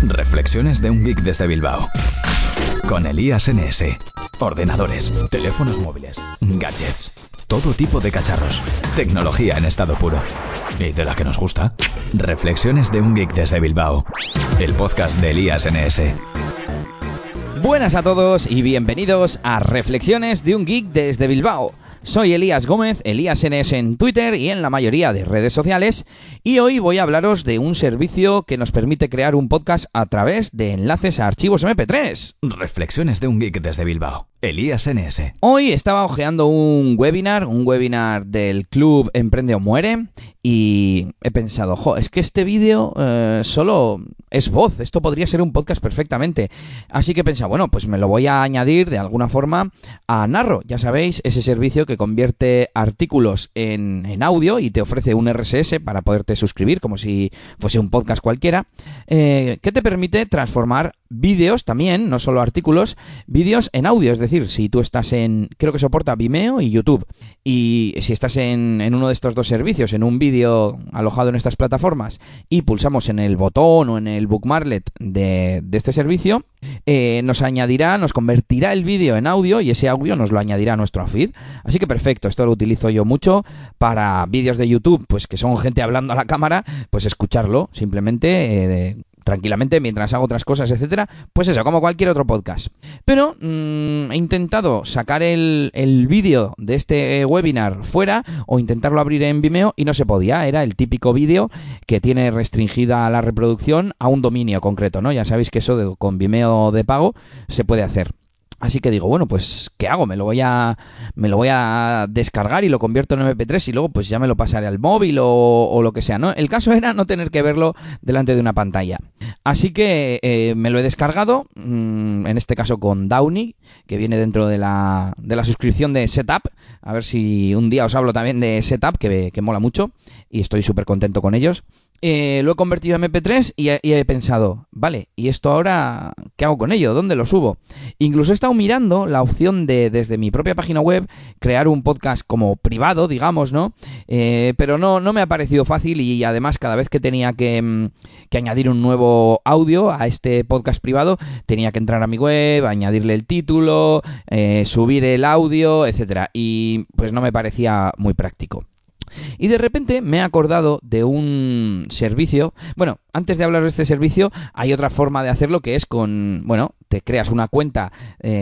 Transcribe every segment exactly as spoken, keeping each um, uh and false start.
Reflexiones de un geek desde Bilbao. Con Elías N S. Ordenadores, teléfonos móviles, gadgets, todo tipo de cacharros. Tecnología en estado puro. ¿Y de la que nos gusta? Reflexiones de un geek desde Bilbao. El podcast de Elías N S. Buenas a todos y bienvenidos a Reflexiones de un geek desde Bilbao. Soy Elías Gómez, Elías N S en Twitter y en la mayoría de redes sociales, y hoy voy a hablaros de un servicio que nos permite crear un podcast a través de enlaces a archivos eme pe tres. Reflexiones de un geek desde Bilbao. Elías N S. Hoy estaba hojeando un webinar, un webinar del club Emprende o Muere, y he pensado, jo, es que este vídeo eh, solo es voz, esto podría ser un podcast perfectamente. Así que he pensado, bueno, pues me lo voy a añadir de alguna forma a Narro. Ya sabéis, ese servicio que convierte artículos en, en audio y te ofrece un erre ese ese para poderte suscribir, como si fuese un podcast cualquiera, eh, que te permite transformar vídeos también, no solo artículos, vídeos en audio. Es decir, si tú estás en, creo que soporta Vimeo y YouTube, y si estás en, en uno de estos dos servicios, en un vídeo alojado en estas plataformas, y pulsamos en el botón o en el bookmarklet de, de este servicio, eh, nos añadirá, nos convertirá el vídeo en audio, y ese audio nos lo añadirá a nuestro feed. Así que perfecto, esto lo utilizo yo mucho para vídeos de YouTube, pues que son gente hablando a la cámara, pues escucharlo simplemente eh, de, tranquilamente mientras hago otras cosas, etcétera. Pues eso, como cualquier otro podcast. Pero mmm, he intentado sacar el, el vídeo de este webinar fuera o intentarlo abrir en Vimeo y no se podía. Era el típico vídeo que tiene restringida la reproducción a un dominio concreto, ¿no? Ya sabéis que eso de, con Vimeo de pago se puede hacer. Así que digo, bueno, pues ¿qué hago? Me lo voy a me lo voy a descargar y lo convierto en eme pe tres y luego pues ya me lo pasaré al móvil o, o lo que sea, ¿no? El caso era no tener que verlo delante de una pantalla. Así que eh, me lo he descargado, mmm, en este caso con Downy, que viene dentro de la, de la suscripción de Setup. A ver si un día os hablo también de Setup, que, que mola mucho y estoy súper contento con ellos. Eh, lo he convertido en eme pe tres y he, y he pensado, vale, ¿y esto ahora qué hago con ello? ¿Dónde lo subo? Incluso he estado mirando la opción de, desde mi propia página web, crear un podcast como privado, digamos, ¿no? Eh, pero no, no me ha parecido fácil, y además cada vez que tenía que, que añadir un nuevo audio a este podcast privado, tenía que entrar a mi web, añadirle el título, eh, subir el audio, etcétera. Y pues no me parecía muy práctico. Y de repente me he acordado de un servicio. Bueno, antes de hablar de este servicio, hay otra forma de hacerlo, que es con, bueno, te creas una cuenta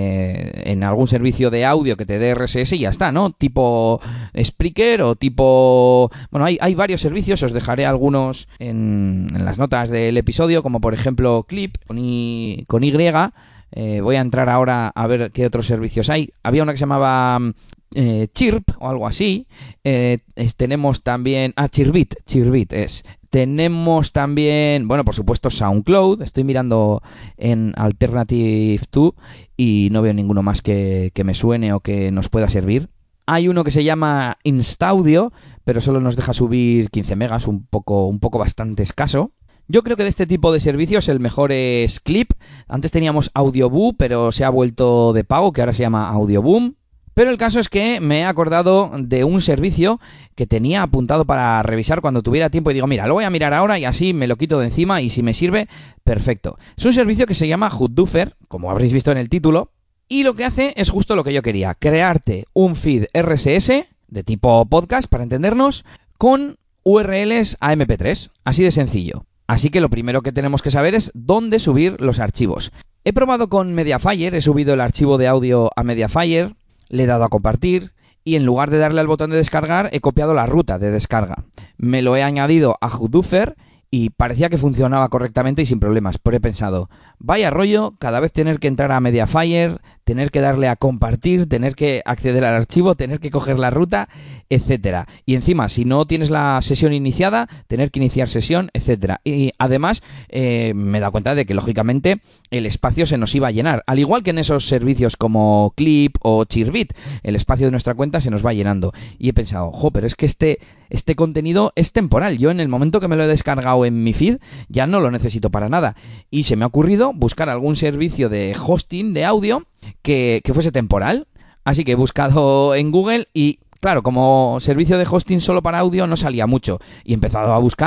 eh, en algún servicio de audio que te dé erre ese ese y ya está, ¿no? Tipo Spreaker o tipo... Bueno, hay, hay varios servicios, os dejaré algunos en, en las notas del episodio, como por ejemplo Clip, con Y. Con y eh, voy a entrar ahora a ver qué otros servicios hay. Había una que se llamaba... Eh, Chirp o algo así. eh, es, tenemos también ah, Chirbit, Chirbit es tenemos también, bueno, por supuesto SoundCloud. Estoy mirando en Alternative dos y no veo ninguno más que, que me suene o que nos pueda servir. Hay uno que se llama Instaudio, pero solo nos deja subir quince megas, un poco, un poco bastante escaso. Yo creo que de este tipo de servicios el mejor es Clip. Antes teníamos Audioboo, pero se ha vuelto de pago, que ahora se llama Audioboom. Pero el caso es que me he acordado de un servicio que tenía apuntado para revisar cuando tuviera tiempo y digo, mira, lo voy a mirar ahora y así me lo quito de encima y si me sirve, perfecto. Es un servicio que se llama Hootdoofer, como habréis visto en el título, y lo que hace es justo lo que yo quería, crearte un feed erre ese ese de tipo podcast, para entendernos, con u erre eles a eme pe tres, así de sencillo. Así que lo primero que tenemos que saber es dónde subir los archivos. He probado con Mediafire, he subido el archivo de audio a Mediafire, le he dado a compartir y en lugar de darle al botón de descargar he copiado la ruta de descarga. Me lo he añadido a Hootdoofer y parecía que funcionaba correctamente y sin problemas. Pero he pensado, vaya rollo, cada vez tener que entrar a Mediafire, tener que darle a compartir, tener que acceder al archivo, tener que coger la ruta, etcétera. Y encima, si no tienes la sesión iniciada, tener que iniciar sesión, etcétera. Y además, eh, me he dado cuenta de que, lógicamente, el espacio se nos iba a llenar. Al igual que en esos servicios como Clip o Chirbit, el espacio de nuestra cuenta se nos va llenando. Y he pensado, jo, pero es que este, este contenido es temporal. Yo en el momento que me lo he descargado en mi feed, ya no lo necesito para nada. Y se me ha ocurrido buscar algún servicio de hosting de audio que, que fuese temporal. Así que he buscado en Google y, claro, como servicio de hosting solo para audio no salía mucho. Y he empezado a buscar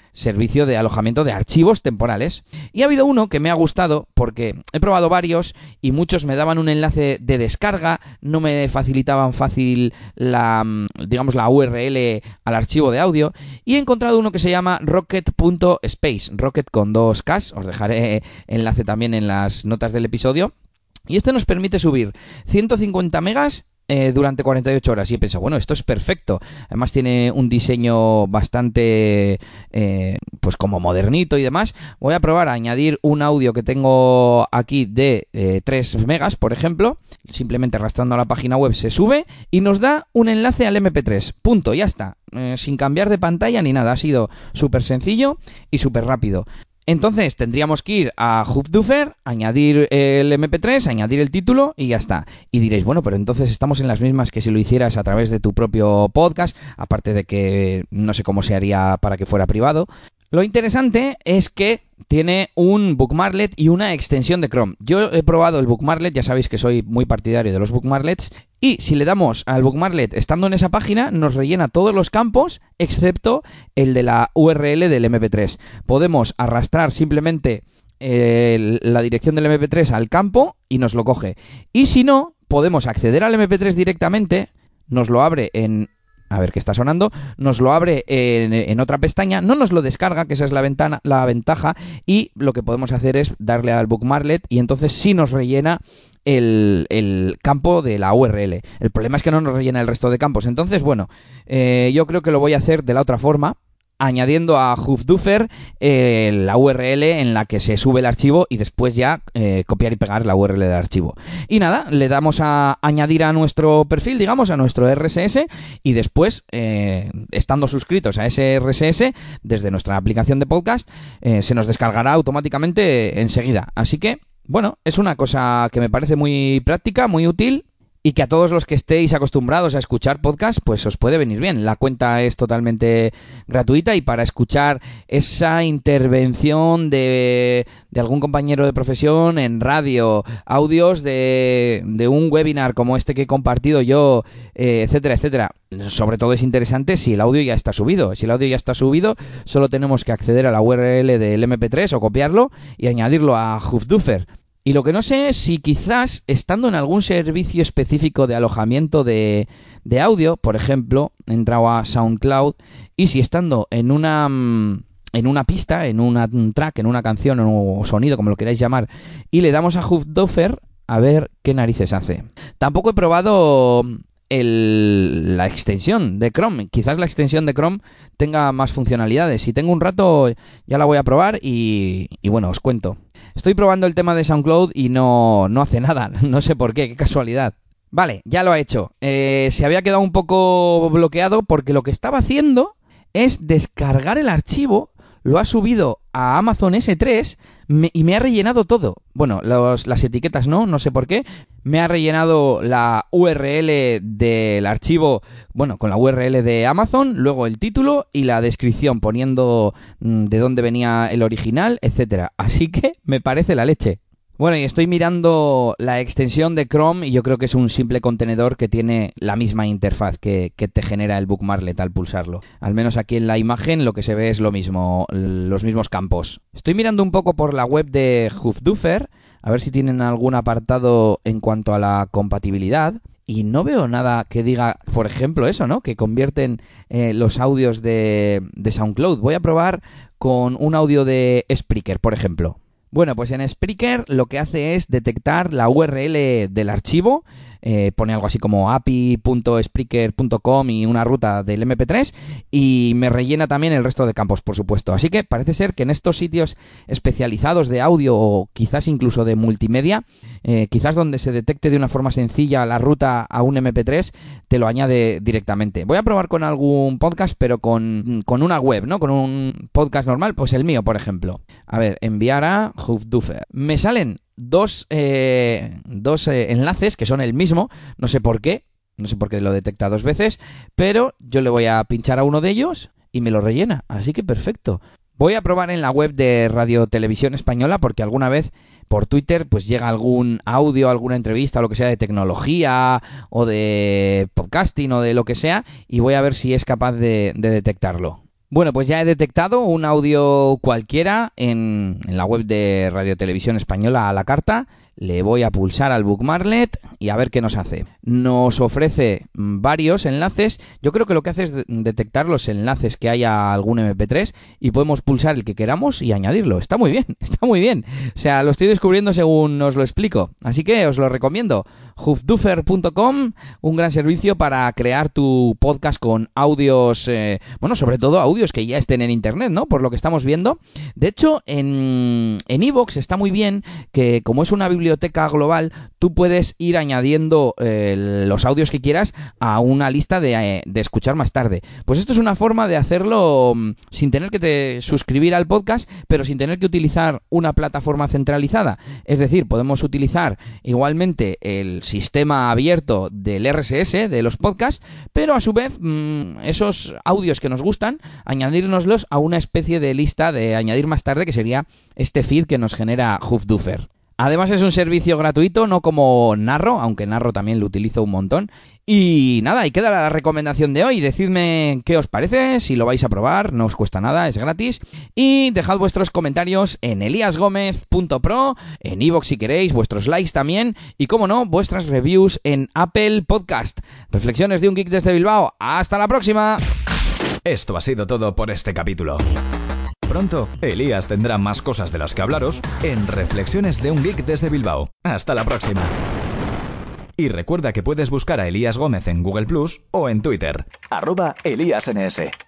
servicio de alojamiento de archivos temporales. Y ha habido uno que me ha gustado porque he probado varios y muchos me daban un enlace de descarga, no me facilitaban fácil la, digamos, la U R L al archivo de audio, y he encontrado uno que se llama rocket punto space, rocket con dos Ks, os dejaré enlace también en las notas del episodio, y este nos permite subir ciento cincuenta megas Eh, durante cuarenta y ocho horas. Y he pensado, bueno, esto es perfecto. Además tiene un diseño bastante, eh, pues como modernito y demás. Voy a probar a añadir un audio que tengo aquí de eh, tres megas, por ejemplo. Simplemente arrastrando a la página web se sube y nos da un enlace al eme pe tres. Punto, ya está. Eh, sin cambiar de pantalla ni nada. Ha sido súper sencillo y súper rápido. Entonces tendríamos que ir a Hubduffer, añadir el eme pe tres, añadir el título y ya está. Y diréis, bueno, pero entonces estamos en las mismas que si lo hicieras a través de tu propio podcast, aparte de que no sé cómo se haría para que fuera privado. Lo interesante es que tiene un bookmarklet y una extensión de Chrome. Yo he probado el bookmarklet, ya sabéis que soy muy partidario de los bookmarklets, y si le damos al bookmarklet estando en esa página, nos rellena todos los campos, excepto el de la U R L del eme pe tres. Podemos arrastrar simplemente eh, la dirección del eme pe tres al campo y nos lo coge. Y si no, podemos acceder al eme pe tres directamente, nos lo abre en... A ver, ¿qué está sonando? Nos lo abre en, en otra pestaña, no nos lo descarga, que esa es la ventana, la ventaja, y lo que podemos hacer es darle al bookmarklet y entonces sí nos rellena el, el campo de la U R L. El problema es que no nos rellena el resto de campos. Entonces, bueno, eh, yo creo que lo voy a hacer de la otra forma, añadiendo a Hubduffer eh, la U R L en la que se sube el archivo y después ya eh, copiar y pegar la U R L del archivo. Y nada, le damos a añadir a nuestro perfil, digamos, a nuestro erre ese ese, y después, eh, estando suscritos a ese erre ese ese, desde nuestra aplicación de podcast, eh, se nos descargará automáticamente enseguida. Así que, bueno, es una cosa que me parece muy práctica, muy útil, y que a todos los que estéis acostumbrados a escuchar podcast, pues os puede venir bien. La cuenta es totalmente gratuita y para escuchar esa intervención de, de algún compañero de profesión en radio, audios de, de un webinar como este que he compartido yo, eh, etcétera, etcétera. Sobre todo es interesante si el audio ya está subido. Si el audio ya está subido, solo tenemos que acceder a la U R L del eme pe tres o copiarlo y añadirlo a Hubduffer. Y lo que no sé es si quizás, estando en algún servicio específico de alojamiento de, de audio, por ejemplo, he entrado a SoundCloud, y si estando en una, en una pista, en una, un track, en una canción o sonido, como lo queráis llamar, y le damos a Hubduffer, a ver qué narices hace. Tampoco he probado el, la extensión de Chrome. Quizás la extensión de Chrome tenga más funcionalidades. Si tengo un rato ya la voy a probar y, y bueno, os cuento. Estoy probando el tema de SoundCloud y no, no hace nada. No sé por qué, qué casualidad. Vale, ya lo ha hecho. Eh, se había quedado un poco bloqueado porque lo que estaba haciendo es descargar el archivo, lo ha subido a Amazon ese tres me, y me ha rellenado todo. Bueno, los, las etiquetas no, no sé por qué. Me ha rellenado la U R L del archivo, bueno, con la U R L de Amazon, luego el título y la descripción poniendo mmm, de dónde venía el original, etcétera. Así que me parece la leche. Bueno, y estoy mirando la extensión de Chrome y yo creo que es un simple contenedor que tiene la misma interfaz que, que te genera el bookmarklet al pulsarlo. Al menos aquí en la imagen lo que se ve es lo mismo, los mismos campos. Estoy mirando un poco por la web de Hubduffer, a ver si tienen algún apartado en cuanto a la compatibilidad. Y no veo nada que diga, por ejemplo, eso, ¿no? Que convierten eh, los audios de, de SoundCloud. Voy a probar con un audio de Spreaker, por ejemplo. Bueno, pues en Spreaker lo que hace es detectar la U R L del archivo, eh, pone algo así como a p i punto spreaker punto com y una ruta del eme pe tres y me rellena también el resto de campos, por supuesto. Así que parece ser que en estos sitios especializados de audio o quizás incluso de multimedia, eh, quizás donde se detecte de una forma sencilla la ruta a un eme pe tres, te lo añade directamente. Voy a probar con algún podcast, pero con, con una web, ¿no? Con un podcast normal, pues el mío, por ejemplo. A ver, enviar a Hubduffer. Me salen dos, eh, dos eh, enlaces que son el mismo, no sé por qué, no sé por qué lo detecta dos veces, pero yo le voy a pinchar a uno de ellos y me lo rellena, así que perfecto. Voy a probar en la web de Radio Televisión Española porque alguna vez por Twitter pues llega algún audio, alguna entrevista o lo que sea de tecnología o de podcasting o de lo que sea y voy a ver si es capaz de, de detectarlo. Bueno, pues ya he detectado un audio cualquiera en, en la web de Radio Televisión Española a la carta. Le voy a pulsar al Bookmarklet y a ver qué nos hace. Nos ofrece varios enlaces. Yo creo que lo que hace es detectar los enlaces que hay a algún eme pe tres y podemos pulsar el que queramos y añadirlo. Está muy bien, está muy bien. O sea, lo estoy descubriendo según os lo explico. Así que os lo recomiendo. Hufdufer punto com, un gran servicio para crear tu podcast con audios, eh, bueno, sobre todo audios que ya estén en internet, ¿no? Por lo que estamos viendo. De hecho, en en iVoox está muy bien que, como es una biblioteca biblioteca global, tú puedes ir añadiendo eh, los audios que quieras a una lista de, eh, de escuchar más tarde. Pues esto es una forma de hacerlo um, sin tener que te suscribir al podcast, pero sin tener que utilizar una plataforma centralizada. Es decir, podemos utilizar igualmente el sistema abierto del erre ese ese de los podcasts, pero a su vez mmm, esos audios que nos gustan, añadírnoslos a una especie de lista de añadir más tarde, que sería este feed que nos genera Hufdufer. Además es un servicio gratuito, no como Narro, aunque Narro también lo utilizo un montón. Y nada, ahí queda la recomendación de hoy. Decidme qué os parece, si lo vais a probar, no os cuesta nada, es gratis. Y dejad vuestros comentarios en elias gómez punto pro, en iVoox si queréis, vuestros likes también. Y como no, vuestras reviews en Apple Podcast. Reflexiones de un geek desde Bilbao. ¡Hasta la próxima! Esto ha sido todo por este capítulo. Pronto, Elías tendrá más cosas de las que hablaros en Reflexiones de un Geek desde Bilbao. Hasta la próxima. Y recuerda que puedes buscar a Elías Gómez en Google plus o en Twitter, arroba elíasns.